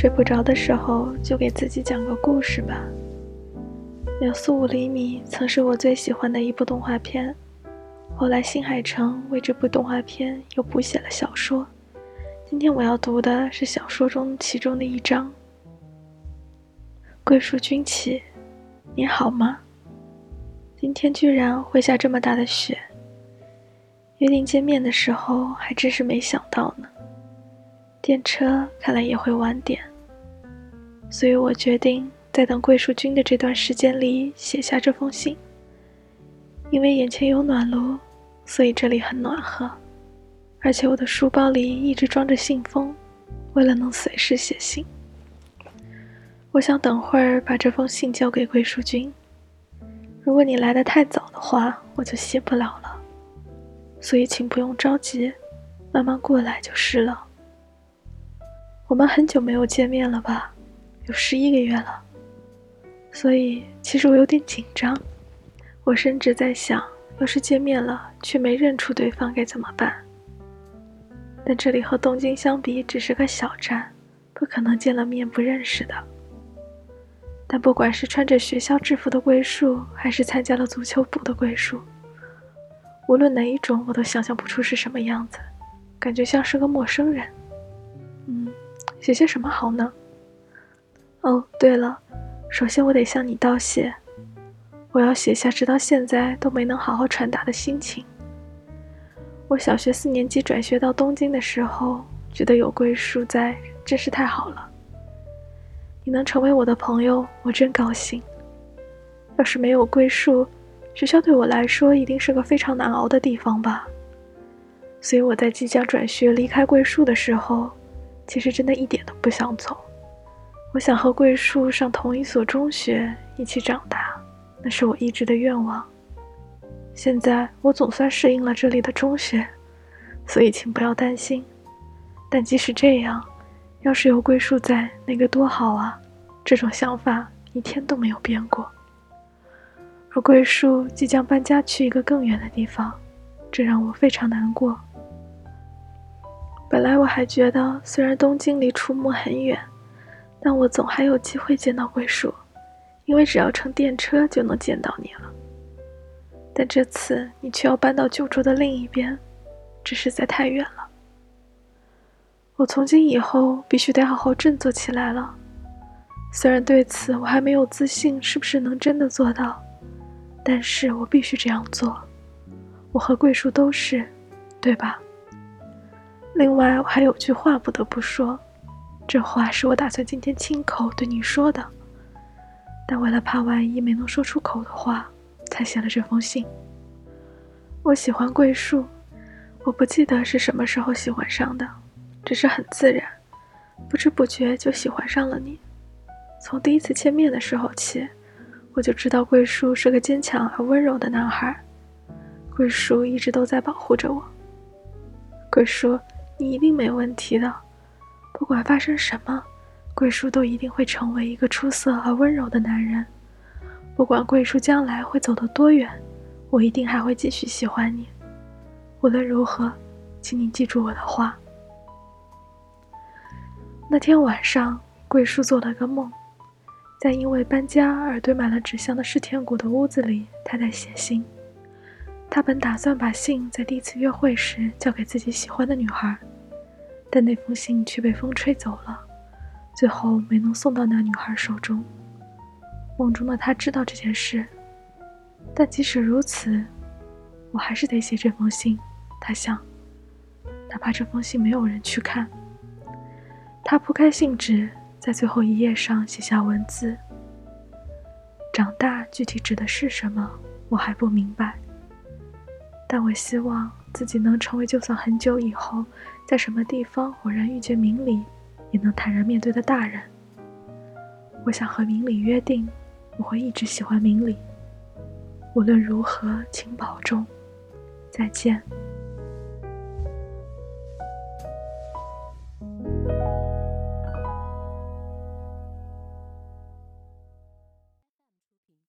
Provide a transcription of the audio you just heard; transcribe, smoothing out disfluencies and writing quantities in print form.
睡不着的时候，就给自己讲个故事吧。秒速5厘米曾是我最喜欢的一部动画片，后来新海诚为这部动画片又补写了小说。今天我要读的是小说中其中的一章。桂树君起，你好吗？今天居然会下这么大的雪，约定见面的时候还真是没想到呢。电车看来也会晚点，所以我决定在等桂树君的这段时间里写下这封信。因为眼前有暖炉，所以这里很暖和，而且我的书包里一直装着信封，为了能随时写信。我想等会儿把这封信交给桂树君，如果你来得太早的话，我就写不了了，所以请不用着急，慢慢过来就是了。我们很久没有见面了吧，有11个月了，所以其实我有点紧张。我甚至在想，要是见面了却没认出对方该怎么办。但这里和东京相比只是个小站，不可能见了面不认识的。但不管是穿着学校制服的桂树，还是参加了足球部的桂树，无论哪一种我都想象不出是什么样子，感觉像是个陌生人。写些什么好呢？哦，对了，首先我得向你道谢，我要写下直到现在都没能好好传达的心情。我小学4年级转学到东京的时候，觉得有桂树在真是太好了。你能成为我的朋友，我真高兴。要是没有桂树，学校对我来说一定是个非常难熬的地方吧。所以我在即将转学离开桂树的时候，其实真的一点都不想走。我想和桂树上同一所中学，一起长大，那是我一直的愿望。现在我总算适应了这里的中学，所以请不要担心。但即使这样，要是有桂树在，那该多好啊！这种想法一天都没有变过。而桂树即将搬家去一个更远的地方，这让我非常难过。本来我还觉得，虽然东京离出木很远，但我总还有机会见到桂树，因为只要乘电车就能见到你了。但这次你却要搬到九州的另一边，这实在太远了。我从今以后必须得好好振作起来了。虽然对此我还没有自信是不是能真的做到，但是我必须这样做。我和桂树都是，对吧？另外我还有句话不得不说，这话是我打算今天亲口对你说的，但为了怕万一没能说出口的话，才写了这封信。我喜欢桂树，我不记得是什么时候喜欢上的，只是很自然，不知不觉就喜欢上了你。从第一次见面的时候起，我就知道桂树是个坚强而温柔的男孩。桂树一直都在保护着我。桂树，你一定没问题的，不管发生什么，桂树都一定会成为一个出色而温柔的男人。不管桂树将来会走得多远，我一定还会继续喜欢你。无论如何，请你记住我的话。那天晚上，桂树做了个梦，在因为搬家而堆满了纸箱的世田谷的屋子里，他在写信。他本打算把信在第一次约会时交给自己喜欢的女孩，但那封信却被风吹走了，最后没能送到那女孩手中。梦中的他知道这件事，但即使如此，我还是得写这封信。他想，哪怕这封信没有人去看。他铺开信纸，在最后一页上写下文字。长大具体指的是什么，我还不明白，但我希望自己能成为就算很久以后在什么地方偶然遇见明理，也能坦然面对的大人。我想和明理约定，我会一直喜欢明理。无论如何，请保重，再见。